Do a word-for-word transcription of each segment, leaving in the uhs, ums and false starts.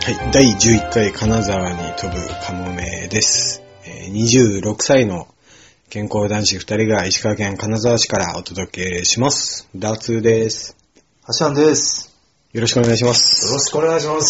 はい、だいじゅういっかい金沢に飛ぶカモメです。えー、にじゅうろくさいの健康男子ふたりが石川県金沢市からお届けします。ダーツーです。 はしあんです。 よろしくお願いします。 よろしくお願いします。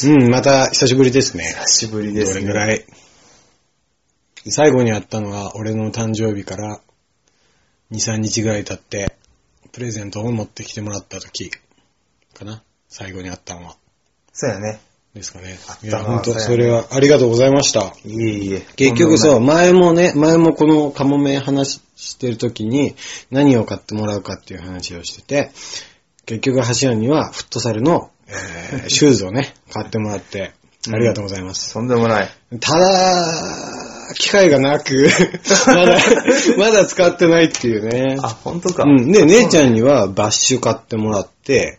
うん、また久しぶりですね。 久しぶりですね。 どれぐらい。最後に会ったのは俺の誕生日からに、さんにちぐらい経ってプレゼントを持ってきてもらった時かな。最後に会ったのは。 そうやね。 ですかね。いや、本当それはありがとうございました。 いえいえ。 結局そう、前もね、前もこのカモメ話してる時に何を買ってもらうかっていう話をしてて、結局橋屋にはフットサルの、えー、シューズをね、買ってもらって、ありがとうございます。 うん、とんでもない。 ただ、機会がなく、まだ、まだ使ってないっていうね。 あ、本当か。 うん。で、姉ちゃんにはバッシュ買ってもらって、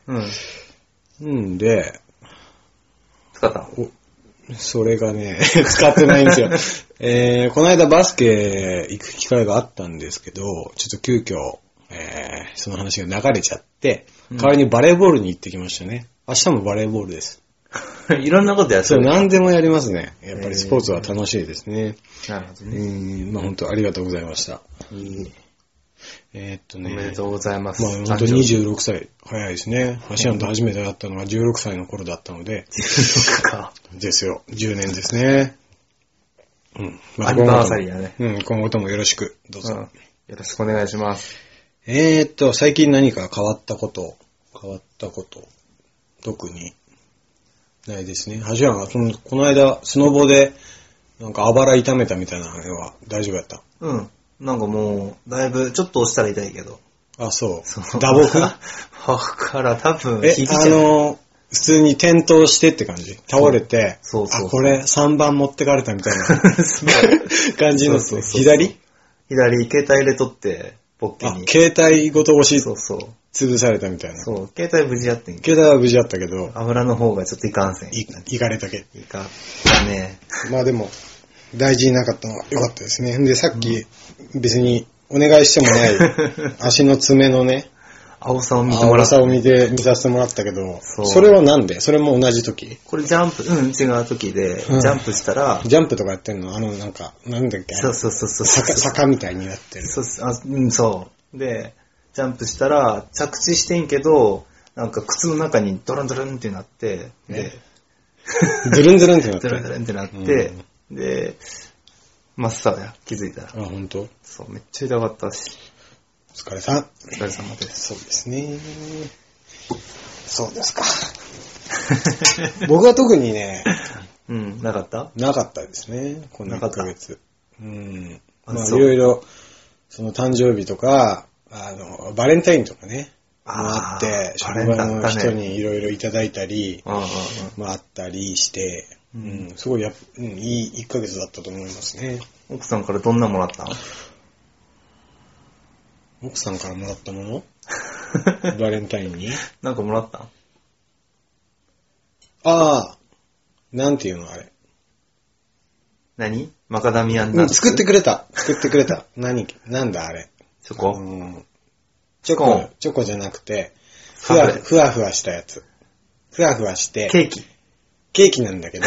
うん。 うんで、 使ったそれがね、使ってないんですよ。えー、この間バスケ行く機会があったんですけど、ちょっと急遽、えー、その話が流れちゃって、代わりにバレーボールに行ってきましたね。明日もバレーボールです。 いろんなことやってる。 そう、何でもやりますね。やっぱりスポーツは楽しいですね。 なるほどね。 うん、まあ本当ありがとうございました。 いいえー、っとね。 おめでとうございます。 まあ本当にじゅうろくさい。早いですね。橋山と初めて会ったのがじゅうろくさいの頃だったので。 じゅうろくか。 ですよ。じゅうねんですね。うん。 まあ、アニバーサリーやね。 うん、今後ともよろしく、どうぞ。うん、 よろしくお願いします。 えーっと、最近何か変わったこと、変わったこと、特にないですね。橋山がその、この間、スノボで、なんかあばら痛めたみたいなのは大丈夫やった？ うん。なんかもう、だいぶ、ちょっと押したら痛いけど。 あ、そう。そう打撲わから多分、 え、あの、普通に転倒してって感じ。倒れて、 そうそうそうそう、 あ、これさんばん持ってかれたみたいな感じの、そうそうそうそう、左左、携帯入れとって、ポッケに。 あ、携帯ごと押し、 そうそう。 潰されたみたいな。 そう、携帯無事やってんけど。携帯は無事やったけど。 油の方がちょっといかんせん。 い、いかれたけ。 いかったね。 まあでも、大事になかったのは良かったですね。で、さっき、別にお願いしてもない足の爪のね、 青さを見てもらった。 青さを見て、見させてもらったけど、そ, それはなんで？それも同じ時？ これジャンプ、うん、違う時で、うん、ジャンプしたら、 ジャンプとかやってんの？あの、なんか、なんだっけ？ そうそうそうそう。 坂、坂みたいになってる。 そうあ、うん、そう。で、ジャンプしたら、着地してんけど、なんか靴の中にドロンドロンってなって、で、 ドルンドルンってなって。 ドロンドロンってなって、うん、で、真っ青や、気づいたら。 あ、本当？ そう、めっちゃ痛かったし。 お疲れさん。お疲れ様です。 そうですね。そうですか。僕は特にね、 うん、なかったなかったですね。このいっかげつ。うん。まあ、いろいろ、その誕生日とか、あの、バレンタインとかね、あって、職場の人にいろいろいただいたり、まあ、あったりして、うん、すごいや、うん、いいいっかげつだったと思いますね。 奥さんからどんなもらったの？ 奥さんからもらったものバレンタインになんかもらった？ ああ、なんていうのあれ。 何？マカダミアンナッツ？ 作ってくれた。作ってくれた。何、なんだあれ。 チョコ？ うん、チョコ、チョコじゃなくて、ふわふわふわしたやつ。ふわふわして。 ケーキ。 ケーキなんだけど。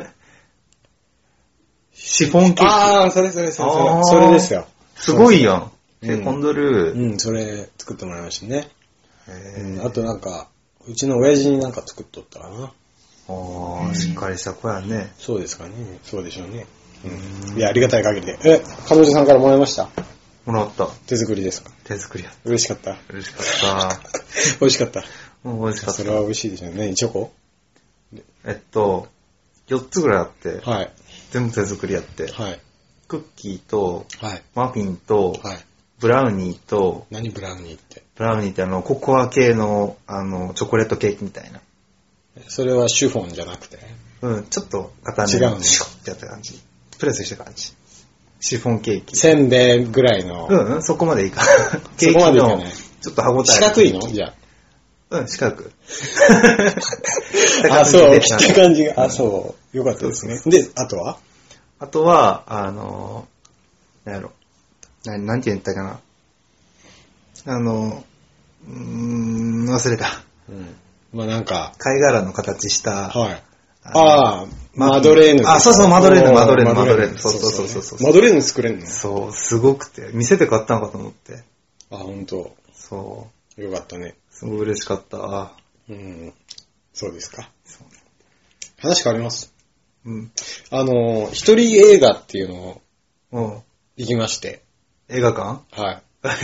シフォンケーキ。 ああ、それそれそれそれ。それですよ。 すごいやん。え、コンドル。 うん、それ作ってもらいましたね。うん、あとなんか、うちの親父になんか作っとったかな。 ああ、しっかりした子やね。 そうですかね。そうでしょうね。うん。いや、ありがたい限りで。え、彼女さんからもらいました？ もらった。 手作りですか？ 手作りや。 嬉しかった。 嬉しかった。 美味しかった。 うん、美味しかった。 それは美味しいでしょうね。チョコ？ えっと、よっつぐらいあって、 はい。 全部手作りやって、 はい。 クッキーと、 はい。 マフィンと、 はい。 ブラウニーと、 何ブラウニーって？ ブラウニーってあの、ココア系の、あの、チョコレートケーキみたいな。 それはシュフォンじゃなくて？ うん、ちょっと固め違うの？ シュッってやった感じ。プレスした感じ。シフォンケーキ。 せんべいぐらいの。 うん、うん、そこまでいいか。 ケーキの、 ちょっと歯応え。 四角いの？じゃあ。 うん、四角。 あ、そう、切った感じが。あ、そう。よかったですね。で、あとは？ あとは、あの、なんやろ。な、なんて言ったかな。あの、うーん、忘れた。 うん。まあなんか。 貝殻の形した、 はい。 ああ、マドレーヌ。 あ、そうそう、マドレーヌ、マドレーヌ、マドレーヌ。そうそうそうそう。 マドレーヌ作れんの？ そう、すごくて。店で買ったのかと思って。 あ、ほんと。 そう。 よかったね。 すごい嬉しかった。 うん。そうですか。そう話変わります。 うん。 あの、一人映画っていうのを、 うん。 行きまして。 映画館？ はい。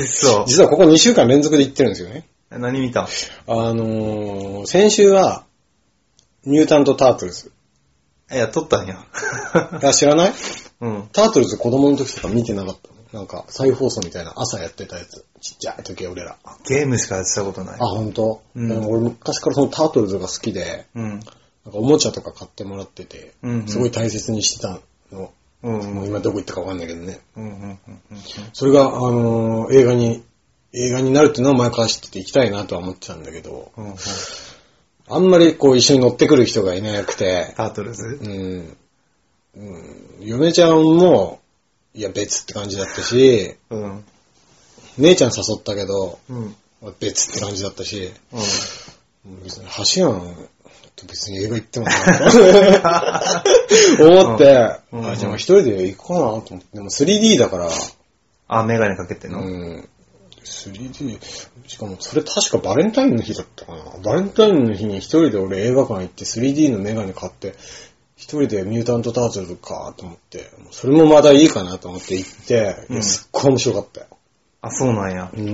そう。 実はここにしゅうかん連続で行ってるんですよね。 何見た？ あのー、先週は、ミュータント・タートルズ。 いや、撮ったんや。 あ、知らない？ うん。 タートルズ子供の時とか見てなかったの？なんか、再放送みたいな朝やってたやつ。ちっちゃい時俺ら。 ゲームしかやってたことない。 あ、ほんと？うん。俺昔からそのタートルズが好きで、 うん。 なんかおもちゃとか買ってもらってて、 うんうん、 すごい大切にしてたの。 うんうん、 もう今どこ行ったかわかんないけどね。 うんうんうんうん、 それが、あのー、映画に、映画になるっていうのは前から知ってて行きたいなとは思ってたんだけど、 うんうん、 あんまりこう一緒に乗ってくる人がいなくて、 タートルズ、 うんうん、嫁ちゃんも、いや別って感じだったし、 うん、 姉ちゃん誘ったけど、 うん、 別って感じだったし、 うん、 別に橋やんと別に映画行ってもなと思って、うん、あじゃあ一人で行こうかなと思って、でも スリーディー だから、 あ、メガネかけてんの？ うん。スリーディー、しかもそれ確かバレンタインの日だったかな。バレンタインの日に一人で俺映画館行って スリーディー のメガネ買って、一人でミュータントタートルズかと思って、それもまだいいかなと思って行って、うん、いやすっごい面白かったよ。 あ、そうなんや。 うん。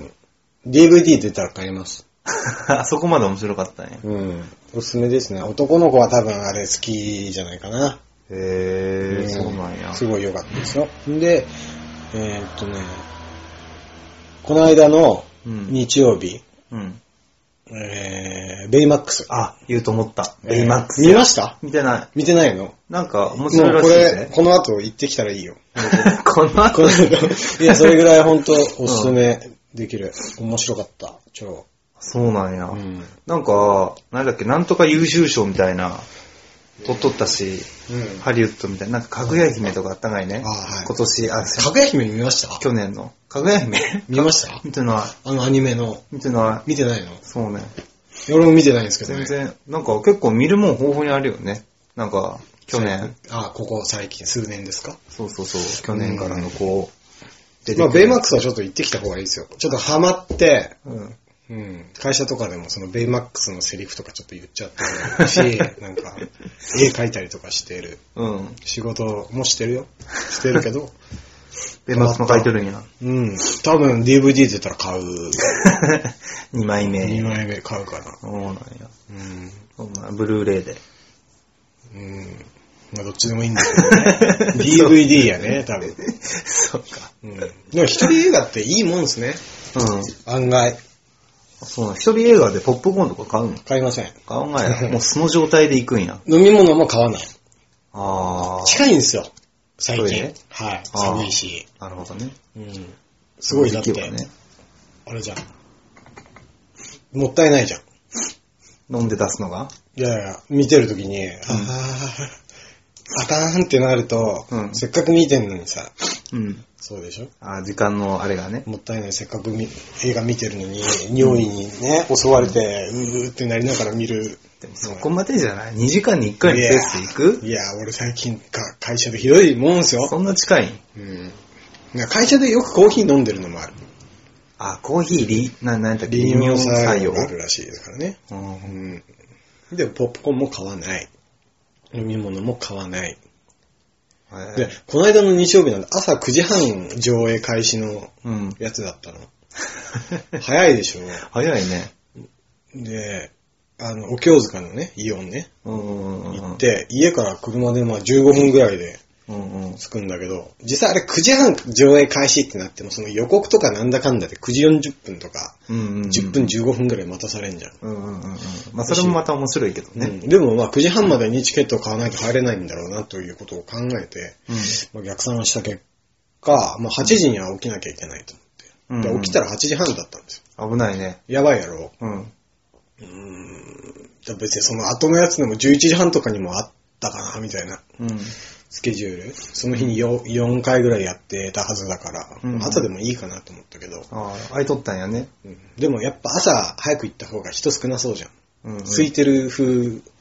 ディーブイディー 出たら買います。 あそこまで面白かったね。 うん。おすすめですね。男の子は多分あれ好きじゃないかな。 へー、うん、そうなんや。 すごい良かったですよ。で、えー、っとね、この間の日曜日、 うん、 えー、ベイマックス。 あ、言うと思った。ベイマックス。 見ました？ 見てない。 見てないの？ なんか面白いらしいね。 これ、この後行ってきたらいいよ。 この後いや、それぐらい本当おすすめできる。うん、面白かった。超。 そうなんや。 うん、 なんか、なんだっけ、なんとか優秀賞みたいな、取っとったし、うん、ハリウッドみたいな、なんかかぐや姫とかあったかいね。 あ、はい、 今年、あ、 かぐや姫見ました？ 去年の。かぐや姫見ました？ 見てない。 あのアニメの。 見てない。 見てないの？ そうね。 俺も見てないんですけどね。 全然、なんか結構見るもん豊富にあるよね。なんか、去年。 あ、ここ最近、数年ですか？ そうそうそう。去年からのこう、 出てくる。まあ、ベイマックスはちょっと行ってきた方がいいですよ。ちょっとハマって、 うんうん、会社とかでもそのベイマックスのセリフとかちょっと言っちゃってるし、なんか絵描いたりとかしてる。 うん。 仕事もしてるよ。してるけど。 ベイマックスも描いてるんや。 うん。多分 ディーブイディー 出たら買う。 にまいめ。 にまいめ買うかな。 そうなんや。 うん。 そうなんブルーレイで。 うん。まあどっちでもいいんだけどね。ディーブイディー やね、多分。 そうか。 うん。でも一人映画っていいもんですね。 うん。 案外。 そうな一人映画でポップコーンとか買うの？ 買いません。 買わないや。もうその状態で行くんや。 飲み物も買わない。 ああ。 近いんですよ。最近。 ね、 はい。寒いし。 なるほどね。 うん。すごいだって。ね、あれじゃん。もったいないじゃん。 飲んで出すのが？ いやいや、見てるときに、うん、ああかーんってなると、うん、せっかく見てんのにさ、 うん、 そうでしょ？ あ時間のあれがね。 もったいない、せっかく映画見てるのに、尿意にね、襲われて、うーってなりながら見る。 でもそこまでじゃない ?に 時間にいっかいのペースで行く？ いや、いや俺最近か会社でひどいもんですよ。 そんな近い？ うん。会社でよくコーヒー飲んでるのもある。 あ、コーヒーリ、な、なんだっけ、 利尿作用があるらしいですからね。うん。うん、で、ポップコーンも買わない。飲み物も買わない。で、この間の日曜日なんで朝くじはん上映開始のやつだったの。うん、早いでしょ。 早いね。 で、あの、お京塚のね、イオンね、 うんうんうん、 行って、家から車でまあじゅうごふんぐらいで着くんだけど、うんうん、実際あれくじはん上映開始ってなっても、その予告とかなんだかんだでくじよんじゅっぷんとか、 うんうんうん、 じゅっぷんじゅうごふんぐらい待たされんじゃん。 うんうんうん、まあそれもまた面白いけどね。 うん、でもまあくじはんまでにチケットを買わないと入れないんだろうなということを考えて、 うんまあ、逆算した結果、まあ、はちじには起きなきゃいけないと思って。うんうん、で起きたらはちじはんだったんですよ。 危ないね。 やばいやろ。 うん。 うーん別にその後のやつでもじゅういちじはんとかにもあったかなみたいな、 うん、 スケジュールその日に 4, よんかいぐらいやってたはずだから、 うんうん、 朝でもいいかなと思ったけどああ空いとったんやね、 うん、でもやっぱ朝早く行った方が人少なそうじゃん、 うんうん、 空いてる風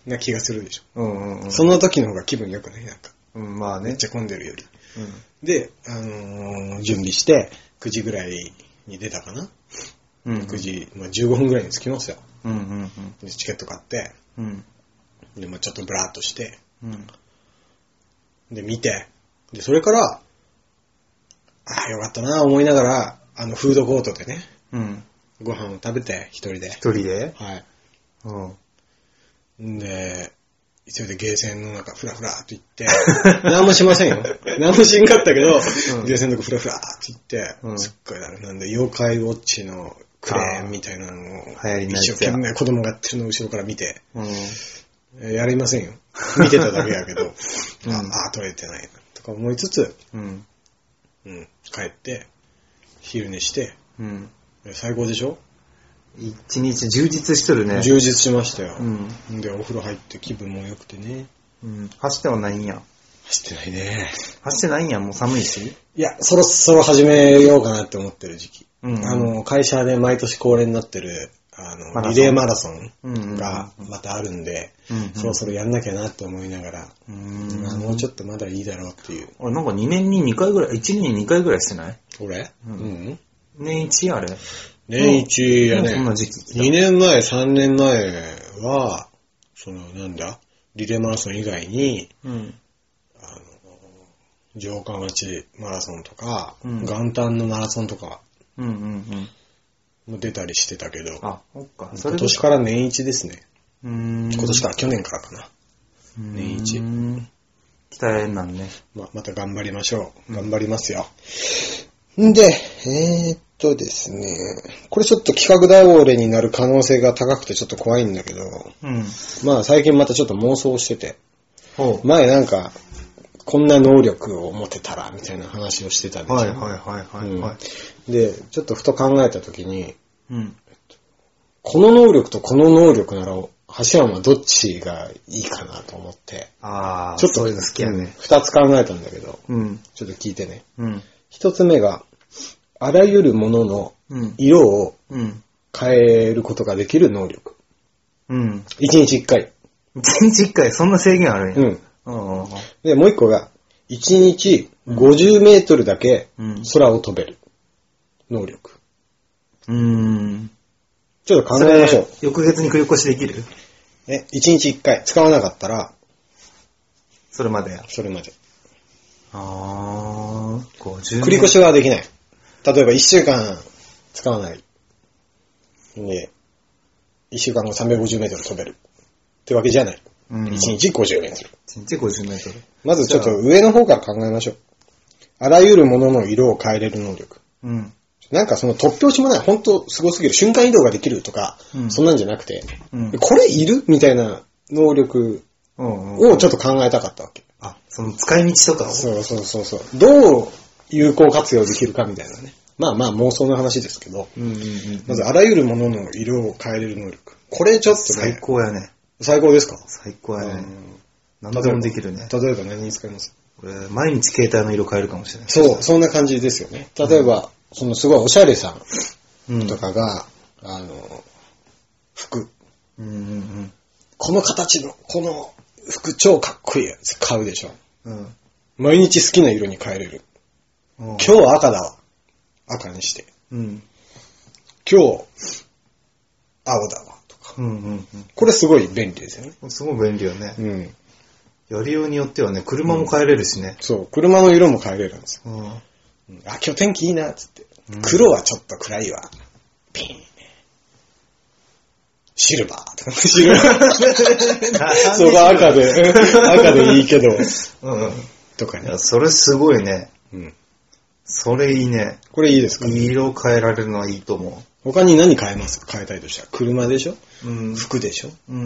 な気がするでしょ。 うんうんうん。 その時の方が気分良くないなんか。 うん、まあね。 めっちゃ混んでるより。 うん。 で、あのー、準備して、くじぐらいに出たかな、うん、くじ、まあ、じゅうごふんぐらいに着きますよ。 うんうんうん、 でチケット買って、うん、で、まあ、ちょっとブラーっとして、うん、で、見て、で、それから、ああ、よかったな思いながら、あの、フードコートでね、うん、ご飯を食べて、一人で。 一人ではい。うん。で、急いでゲーセンの中、フラフラって行って、何もしませんよ。何もしんかったけど、うん、ゲーセンの中フラフラって行って、うん、すっごいだろ。なんで、妖怪ウォッチのクレーンみたいなのを、一生懸命子供がやってるのを後ろから見て、うん、やりませんよ。見てただけやけど、うん、ああ、撮れてないな、とか思いつつ、うんうん、帰って、昼寝して、うん、最高でしょ？ 一日充実しとるね。 充実しましたよ。うん。で、お風呂入って気分も良くてね。 うん。走ってはないんや。 走ってないね。 走ってないんや、もう寒いし。 いや、そろそろ始めようかなって思ってる時期。うん、うん。あの、会社で毎年恒例になってる、あの、リレーマラソンがまたあるんで、うんうんうん、そろそろやんなきゃなって思いながら、うん、まあ、もうちょっとまだいいだろうっていう。 あ、なんかにねんににかいぐらい、いちねんににかいぐらいしてない？ 俺？うん。うん、 年一あれ？ 年一やね。 そんな時期。 にねんまえ、さんねんまえは、その、なんだ、リレーマラソン以外に、うん、あの、城下町マラソンとか、うん、元旦のマラソンとか、うんうんうん、も出たりしてたけど、 あ、そっか。 それ今年から年一ですね。うーん、今年から去年からかな。年一。 期待なんね。 ま、また頑張りましょう。頑張りますよ。んで、えーっとですね、これちょっと企画倒れになる可能性が高くてちょっと怖いんだけど、うん、まあ最近またちょっと妄想してて、前なんか、こんな能力を持てたらみたいな話をしてたんですよ。 はいはいはいはい、はいうん。で、ちょっとふと考えたときに、うん、この能力とこの能力なら、橋山はどっちがいいかなと思って、 あちょっとそういうの好きやね。 二つ考えたんだけど、うん、ちょっと聞いてね。うん一つ目が、あらゆるものの色を変えることができる能力。うん。一日一回。 一日一回、そんな制限あるんや。うん。 うん、で、もう一個が、一日ごじゅうメートルだけ空を飛べる能力。 うーん。 ちょっと考えましょう。 翌月に繰り越しできる？ え、一日一回使わなかったら、 それまでや。 それまで。 あー、ごじゅう繰り越しはできない。例えばいっしゅうかん使わない。で、いっしゅうかんごさんびゃくごじゅうメートル飛べる。ってわけじゃない。うん、いちにちごじゅうメートル。いちにちごじゅうメートル。 まずちょっと上の方から考えましょう。あらゆるものの色を変えれる能力。うん。なんかその突拍子もない、本当すごすぎる、瞬間移動ができるとか、うん、そんなんじゃなくて、うん、これいるみたいな能力をちょっと考えたかったわけ。 あ、その使い道とかをそうそうそうそう。どう有効活用できるかみたいなね。まあまあ妄想の話ですけど、うんうんうんうん、まずあらゆるものの色を変えれる能力。これちょっとね。 最高やね。 最高ですか？ 最高やね。何でもできるね。 例えば何に使います？ これ毎日携帯の色変えるかもしれない。 そう、そんな感じですよね。例えば、うん、そのすごいおしゃれさんとかが、うん、あの、服、うんうんうん。この形の、この服超かっこいいやつ買うでしょ。うん、毎日好きな色に変えれる。今日は赤だわ。赤にして。うん、今日、青だわ。とか、うんうんうん。これすごい便利ですよね。 すごい便利よね。うん。やりようによってはね、車も変えれるしね。 うん、そう、車の色も変えれるんですよ。うん、あ、今日天気いいな、つって。うん、黒はちょっと暗いわ。ピン。シルバーとか。シルバー。そこ赤で、赤でいいけど。うん。とかね。 いや、それすごいね。うん。それいいね。 これいいですか？ 色変えられるのはいいと思う。 他に何変えます？変えたいとしたら。車でしょ？うん。服でしょ？うんうん。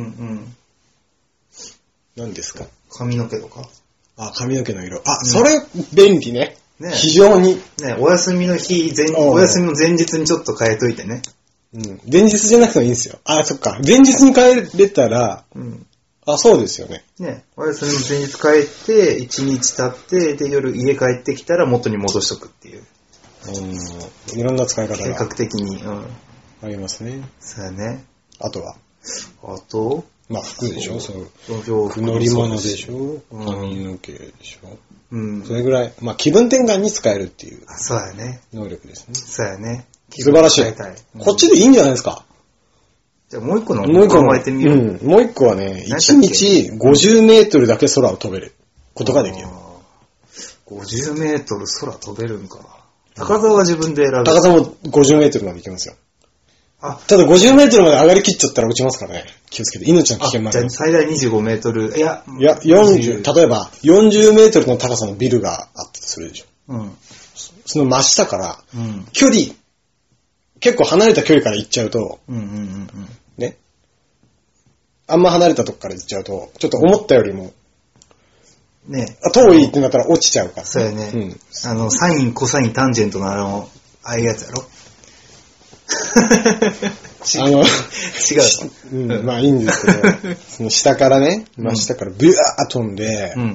何ですか？ 髪の毛とか。 あ、髪の毛の色。あ、うん、それ便利ね。ね。非常に。 ね、お休みの日、前、お休みの前日にちょっと変えといてね。 うん。前日じゃなくてもいいんですよ。あ、そっか。前日に変えれたら、うん。あ、そうですよね。 ね。お休みの前日帰って、一日経って、で、夜家帰ってきたら元に戻しとくっていう。 うん。いろんな使い方が。 計画的に。うん。 ありますね。 そうやね。 あとはあと、 まあ服でしょ、そう。 洋服乗り物でしょ、髪の毛でしょ。うん。それぐらい、まあ気分転換に使えるっていう。 あ、そうやね。 能力ですね。 そうやね。 素晴らしい。こっちでいいんじゃないですか。 じゃあもう一個のもう一個考えてみよう。 うん。もう一個はね、いちにちごじゅうメートルだけ空を飛べることができる。 ごじゅうメートル空飛べるんか。高沢は自分で選ぶ。 高沢もごじゅうメートルまで行けますよ。 あ、 ただごじゅうメートルまで上がりきっちゃったら落ちますからね。気をつけて。命の危険まで。 じゃあ最大にじゅうごメートル。いや、 いや、よんじゅう、例えばよんじゅうメートルの高さのビルがあったとするでしょ。うん。その真下から、うん、距離、結構離れた距離から行っちゃうと、うんうんうんうん、ね。あんま離れたとこから行っちゃうと、ちょっと思ったよりも、ね、遠いってなったら落ちちゃうから、ね。 そうやね。うん、あの、サイン、コサイン、タンジェントのあの、ああいうやつやろあの、違う。 うん。まあいいんですけど、その下からね、真下からビューッ飛んで、うんうん、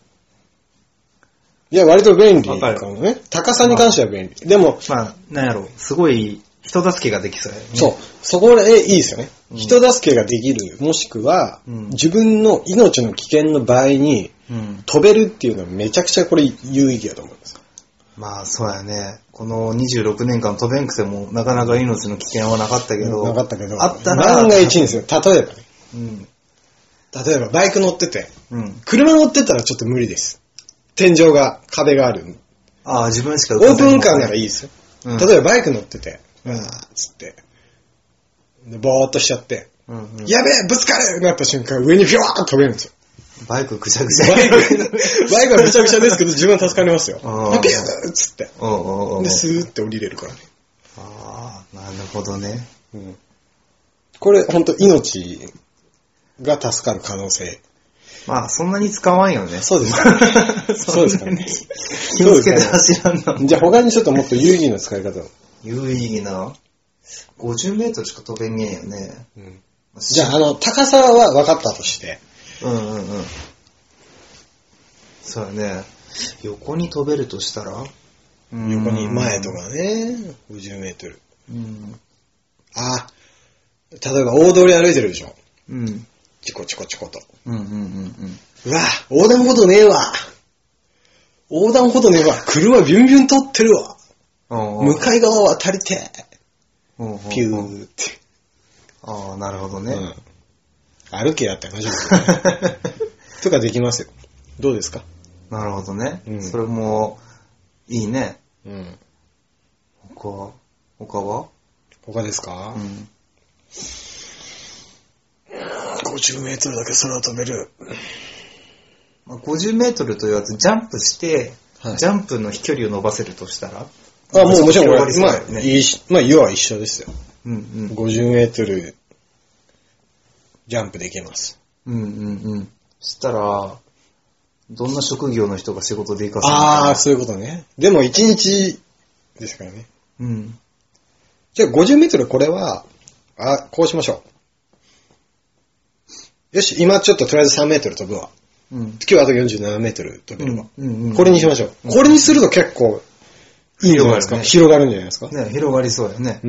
いや、割と便利かもね。高さに関しては便利。まあ、でも、 まあ、なんやろ、すごい人助けができそうやね。 そう。そこでいいですよね。うん、人助けができる、もしくは、うん、自分の命の危険の場合に、うん、飛べるっていうのはめちゃくちゃこれ有意義だと思うんですよ。 まあそうやね。このにじゅうろくねんかん飛べんくてもなかなか命の危険はなかったけど。 なかったけど。 あったら。 万が一にですよ。例えばね。うん。例えばバイク乗ってて。うん。車乗ってたらちょっと無理です。天井が、壁がある。 ああ、自分しか浮かべない。オープンカーならいいですよ。うん、例えばバイク乗ってて。うん。あーつって。で、ぼーっとしちゃって。うんうん、やべえぶつかるなった瞬間上にフィワーッと飛べるんですよ。 バイクぐちゃぐちゃ。 バイク、バイクはぐちゃぐちゃですけど、自分は助かりますよ。ピューッつって。で、スーって降りれるからね。 ああ、なるほどね。うん、 これ、ほんと命が助かる可能性。 まあ、そんなに使わんよね。 そうですか。そうですかね。 気をつけて走らんの。 じゃあ他にちょっともっと有意義な使い方を。 有意義な ?ごじゅうメートルしか飛べねえよね。うん、 じゃあ、あの、高さは分かったとして。 うんうんうん。そうだね。横に飛べるとしたら横に前とかね。ごじゅうメートル。うん。あ、例えば大通り歩いてるでしょ。うん。チコチコチコと。うんうんうんうん。うわ、横断歩道ねえわ。横断歩道ねえわ。車ビュンビュン通ってるわ。向かい側渡りてー。ピューって。 ああ、なるほどね。うん、 歩けやって話ですよ。とかできますよ。どうですか？ なるほどね。うん、それも、いいね。うん。他、他は？ 他ですか？うん。ごじゅうメートルだけ空を飛べる。 ごじゅうメートルと言わず、ジャンプして、はい、ジャンプの飛距離を伸ばせるとしたら？ あ、もうもちろんこれ、まあ、いいし、まあ、要は一緒ですよ。うんうん。ごじゅうメートル、ジャンプできます。 うんうんうん。そしたら、どんな職業の人が仕事で行かせるのかな。ああ、そういうことね。でも一日ですからね。うん。じゃあごじゅうメートルこれは、あ、こうしましょう。よし、今ちょっととりあえずさんメートル飛ぶわ。うん。今日はあとよんじゅうななメートル飛べるわ。うんうんうん、これにしましょう。うん、これにすると結構、いいんじゃないですか。広がるんじゃないですか。 ね、広がりそうやね。うん。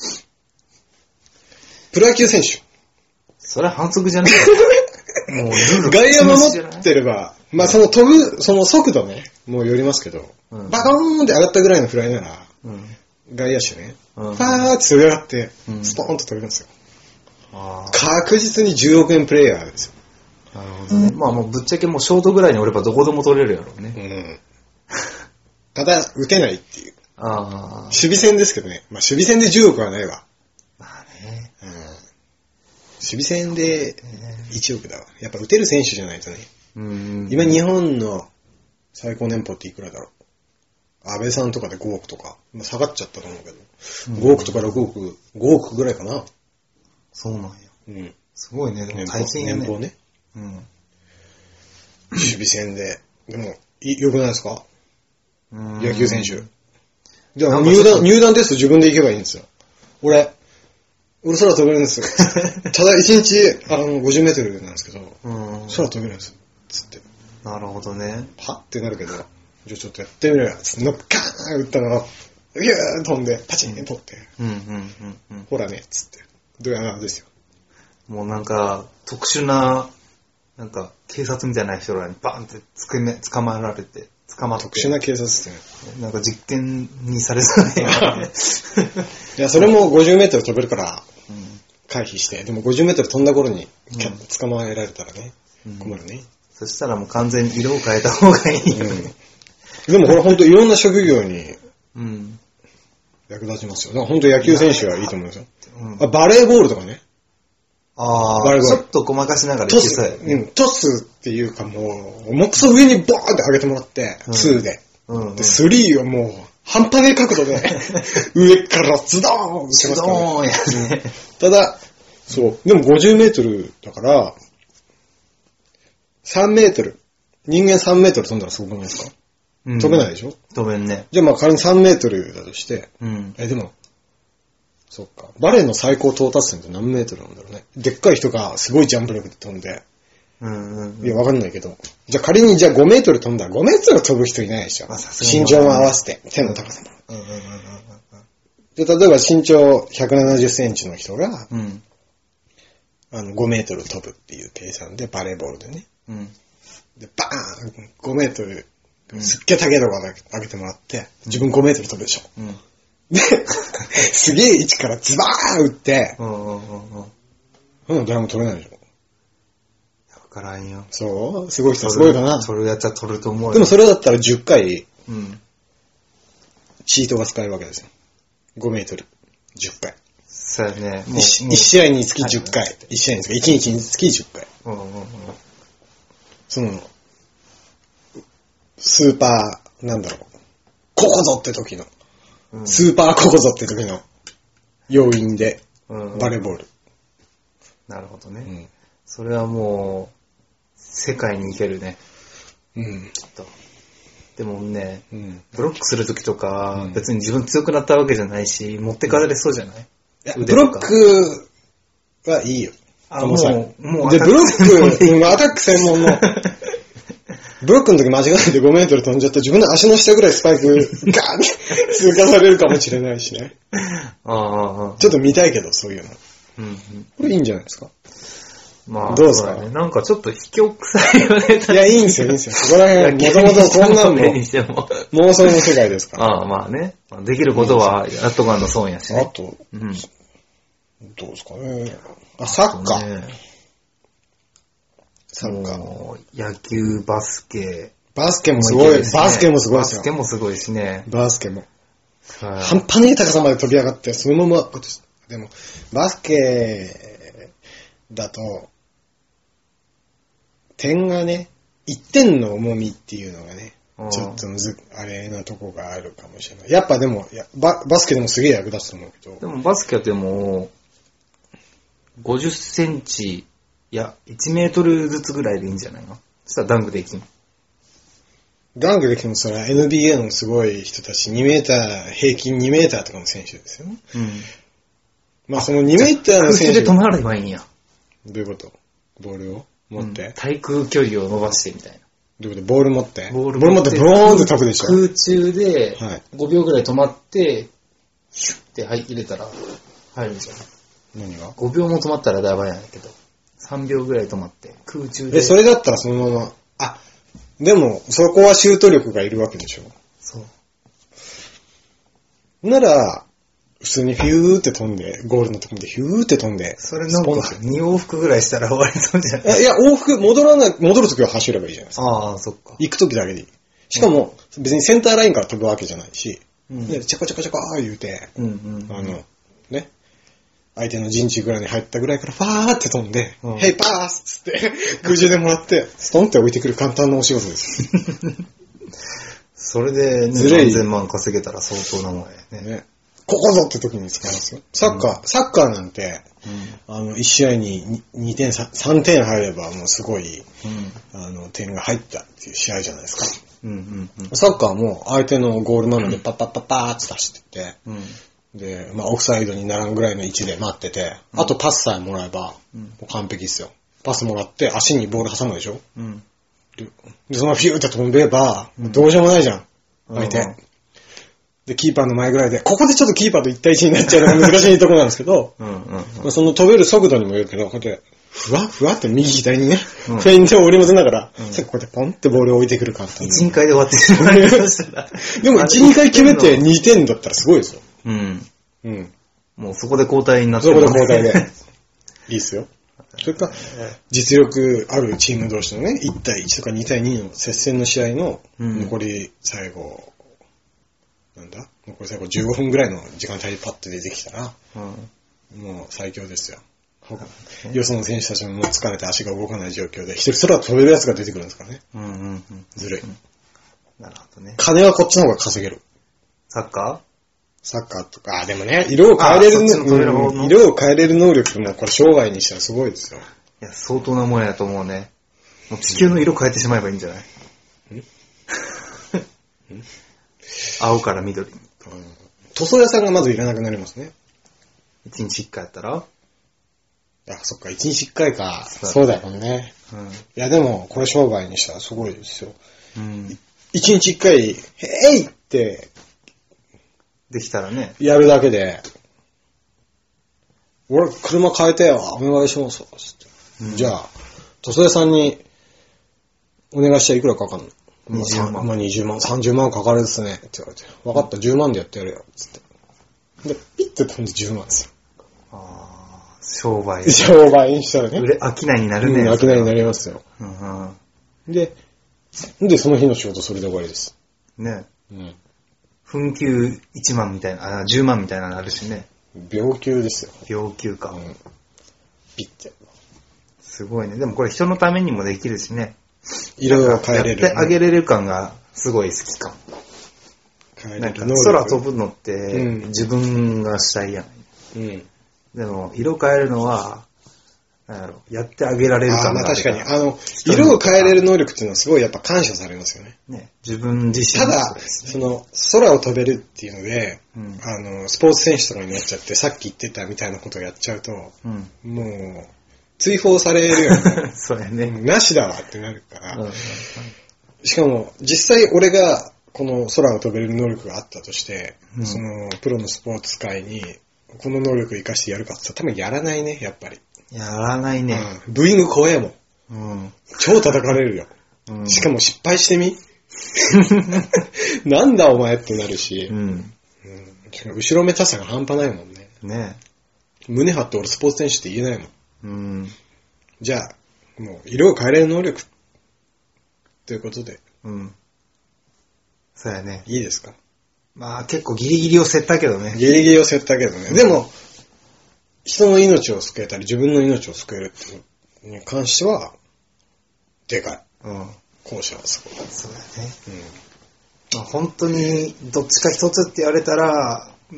プロ野球選手。 それは反則じゃないもうルール外野守ってれば、まあその飛ぶ、その速度ね、もうよりますけど、うん、バコーンって上がったぐらいのフライなら、うん、外野手ね、うん、パーって飛び上がって、スポーンと飛びますよ。うん、確実にじゅうおくえんプレイヤーですよ。 なるほどね。まあもうぶっちゃけもうショートぐらいにおればどこでも取れるやろうね。うんただ、打てないっていう。あ守備戦ですけどね。まあ、守備戦でじゅうおくはないわ。まあね。うん。守備戦でいちおくだわ。やっぱ打てる選手じゃないとね。うん今、日本の最高年俸っていくらだろう。安倍さんとかでごおくとか。まあ、下がっちゃったと思うけど。ごおくとかろくおく、ごおくぐらいかな。 そうなんや。うん。すごいね。でも大変やね。 年俸ね。うん。守備戦で。でも、良くないですか？野球選手。じゃあ入団、入団テスト自分で行けばいいんですよ。俺、俺空飛べるんですよ。ただいちにち、あの、ごじゅうメートルなんですけど、空飛べるんですよ。つって。 なるほどね。 はってなるけど、じゃあちょっとやってみろよ。つって、のっかーン打ったのを、ギューン飛んで、パチンって取って。うんうんうんうん。ほらね、つって。どうやらですよ。 もうなんか、特殊な、なんか、警察みたいな人らにバーンってつくめ、捕まえられて、捕まって。 特殊な警察ですね。 なんか実験にされそうね。 いや、それもごじゅうメートル飛べるから、回避して、でもごじゅうメートル飛んだ頃に、うん、捕まえられたらね、うん、困るね。 そしたらもう完全に色を変えた方がいいよね。 うん、でもこれ本当いろんな職業に役立ちますよ。だから本当野球選手はいいと思いますよ。うん、あバレーボールとかね。 ああ、ちょっとごまかしながらトス、うん、トスっていうかもう、もくそ上にボーンって上げてもらって、うん、ツーで。うんうん、で、スリーをもう、半端ない角度で、上からズドーン打ちますから、ね。ズドーンやね。ただ、そう、でもごじゅうメートルだから、さんメートル。人間さんメートル飛んだらすごくないですか、うん、飛べないでしょ飛べんね。 じゃあまあ仮にさんメートルだとして、うん、え、でも、そっか。バレーの最高到達点って何メートルなんだろうね。でっかい人がすごいジャンプ力で飛んで。うんうんうん、いや、わかんないけど。じゃあ仮にじゃあごメートル飛んだらごメートル飛ぶ人いないでしょ。身長も合わせて、手の高さも。うんうんうんうん、で、例えば身長ひゃくななじゅっセンチの人が、うん、あのごメートル飛ぶっていう計算で、バレーボールでね。うん、で、バーン !ごメートル、すっげえ高いところ上げてもらって、自分ごメートル飛ぶでしょ。うん、で、すげえ位置からズバーン打って、うんうんうんうん。誰も飛べないでしょ。 わからんよ。 そうすごい人すごいかな。 取るやつは取ると思うよ。 でもそれだったらじゅっかい、うん、チートが使えるわけですよ。ごメートル、じゅっかい。 そうやね。 もういち試合につきじゅっかい。はい、いち試合につき、いちにちにつきじゅっかい。うんうんうん、その、スーパー、なんだろう、ここぞって時の、うん、スーパーここぞって時の要因で、うんうん、バレーボール。 なるほどね。うん、それはもう、世界に行けるね。うん。ちょっと。でもね、うん、ブロックするときとか、うん、別に自分強くなったわけじゃないし、持ってかれそうじゃない、 いやブロックはいいよ。 あ、もう、もうで、ブロック、アタック専門の、ブロックの時間違えてごメートル飛んじゃったら自分の足の下ぐらいスパイクガーンって通過されるかもしれないしね。ああちょっと見たいけど、そういうの。うんうん、これいいんじゃないですか。 まあ、どうですかね。なんかちょっと卑怯臭いよね。 いや、いいんですよ、いいんですよ。そこら辺、もともとこんなんも妄想の世界ですから。 ああ、まあね。できることはやっとかんの損やしね。 あと、うん、どうですかね。あ、サッカー。 サッカー。野球、バスケ。 バスケもすごい。バスケもすごいですよ。 バスケもすごいしね。 バスケも。半端ねえ高さまで飛び上がって、そのまま、でも、バスケだと、点がね、いってんの重みっていうのがね、ちょっとむず、あれなとこがあるかもしれない。やっぱでも、や バ, バスケでもすげえ役立つと思うけど。 でもバスケってもう、ごじゅっセンチ、いや、いちメートルずつぐらいでいいんじゃないの？そしたらダンクできん。 ダンクできてもそれは エヌビーエー のすごい人たち、にメーター、平均にメーターとかの選手ですよね。うん。まあそのにメーターの選手。 空中で止まればいいんや。 どういうこと？ボールを持って、うん、 対空距離を伸ばしてみたいな。 どういうこと？ボール持って。ボール持ってブローンって飛ぶでしょ。 空中でごびょうぐらい止まって、ヒュッて入れたら入るじゃん。 何が ? ごびょうも止まったらやばいんやけど。さんびょうぐらい止まって空中で。 え、それだったらそのまま。あ、でもそこはシュート力がいるわけでしょ。そう。なら、普通にフューって飛んで、ゴールのところでフューって飛んで。 それなんかに往復ぐらいしたら終わりそうじゃない？ いや、往復、戻らない、戻るときは走ればいいじゃないですか。 ああ、そっか。 行くときだけでいい。しかも、うん、別にセンターラインから飛ぶわけじゃないし、うん、でチャコチャコチャコー言うて、うんうんうん、あの、ね、相手の陣地ぐらいに入ったぐらいからファーって飛んで、うん、ヘイパースつって空中でもらって、ストンって置いてくる簡単なお仕事です。 それで、ね、さんぜんまん稼げたら相当なもんやね。ね、 ここぞって時に使いますよ。サッカー、うん、サッカーなんて、うん、あの、いち試合ににてん、さんてん入ればもうすごい、うん、あの、点が入ったっていう試合じゃないですか。うんうんうん、サッカーも相手のゴール前までパッパッパッパーって出してて、うん、で、まあ、オフサイドにならんぐらいの位置で待ってて、うん、あとパスさえもらえば、うん、もう完璧ですよ。パスもらって足にボール挟むでしょ、うん、で、そのままフィューって飛んでれば、うん、どうしようもないじゃん、相手。うん、 で、キーパーの前ぐらいで、ここでちょっとキーパーと一対一になっちゃうのが難しいところなんですけど、うんうんうんまあ、その飛べる速度にもよるけど、こうやって、ふわふわって右左にね、うん、フェイントを織り交ぜながら、うん、さっきこうやってポンってボールを置いてくるかったんで。 いち、にかいで終わってしまいましたら。 でもいち、にかい決めてにてんだったらすごいですよ。 うん。うん。もうそこで交代になってる、 ね。そこで交代で。いいっすよ。それか、実力あるチーム同士のね、いち対いちとかに対にの接戦の試合の残り最後、うん、なんだ残り最後じゅうごふんぐらいの時間帯にパッと出てきたら、うん、もう最強ですよ。よその選手たちももう疲れて足が動かない状況で、一人空飛べるやつが出てくるんですからね。うんうんうん、ずるい、うん。なるほどね。金はこっちの方が稼げる。 サッカーサッカーとか、あ、でもね、色を変えれる、うん、色を変えれる能力ってもうこれ生涯にしたらすごいですよ。 いや、相当なもんやと思うね。もう地球の色変えてしまえばいいんじゃない？ん青から緑に。 塗装屋さんがまずいらなくなりますね。 一日一回やったら？ いや、そっか、一日一回か。そうだよね。うん、いや、でも、これ商売にしたらすごいですよ。うん、一日一回、へいって、 できたらね。 やるだけで、俺、車変えてよ、お願いします。うん、じゃあ、塗装屋さんに、お願いしたらいくらかかるの？にじゅうまん。まあ、にじゅうまん、さんじゅうまんかかるですね。って言われて。分かった、じゅうまんでやってやるよ。つって。で、ピッて飛んでじゅうまんですよ。 ああ。商売。 商売にしたらね。 売れ、商いになるね。 うん、商いになりますよ。うんうん、で、で、その日の仕事それで終わりです。 ね。うん。紛糾いちまんみたいな、あ、じゅうまんみたいなのあるしね。 秒給ですよ。 秒給か。うん。 ピッて。 すごいね。でもこれ人のためにもできるしね。 色々変えれる、 ね。やってあげれる感がすごい好きかも。変えれる。なんか空飛ぶのって、うん、自分がしたいやない。うん。でも、色変えるのは、なんやろ、やってあげられるかな。あ、まあ確かに。あの、色を変えれる能力っていうのはすごいやっぱ感謝されますよね。 ね。自分自身、 ね。ただ、その、空を飛べるっていうので、うん、あの、スポーツ選手とかになっちゃって、さっき言ってたみたいなことをやっちゃうと、うん、もう、追放されるよね。 そうやね。 なしだわってなるから。うんうんうん、しかも、実際俺が、この空を飛べる能力があったとして、うん、その、プロのスポーツ界に、この能力を生かしてやるかって言ったら多分やらないね、やっぱり。 やらないね。 うん、ブーイング怖えもん。うん、超叩かれるよ、うん。しかも失敗してみなんだお前ってなるし、うんうん、後ろめたさが半端ないもんね。ね胸張って俺スポーツ選手って言えないもん。うん、じゃあ、もう色を変えれる能力ということで。うん。 そうやね。 いいですか？ まあ結構ギリギリを競ったけどね。 ギリギリを競ったけどね。でも、人の命を救えたり、自分の命を救えるっていうのに関しては、でかい。うん。後者はすごい。 そうだね。うん。まあ、本当に、どっちか一つって言われたら、うん、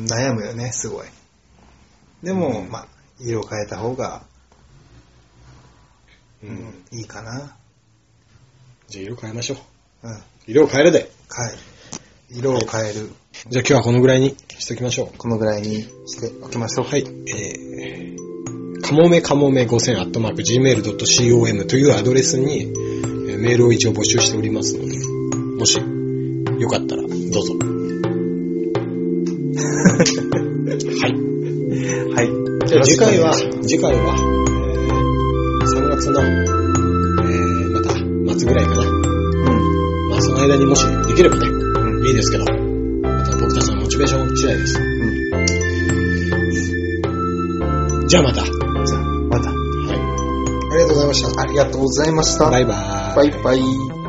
悩むよね、すごい。でも、うん、まあ、色を変えた方が、うん、うん、いいかな。 じゃあ色変えましょう。うん。色を変えるで。 はい。色を変える。 じゃあ今日はこのぐらいにしておきましょう。 このぐらいにしておきましょう。 はい。えー、かもめかもめごせんアットマーク ジーメールドットコム というアドレスに、えー、メールを一応募集しておりますので、もしよかったらどうぞ。はい。はい。じゃあ次回は、次回は、えー、さんがつの、えー、また末ぐらいかな。うん。まあその間にもしできればね、うん、いいですけど、また僕たちのモチベーション次第です。うん。じゃあまた。じゃあまた。はい。 ありがとうございました。 ありがとうございました。 バイバーイ。 バイバイ。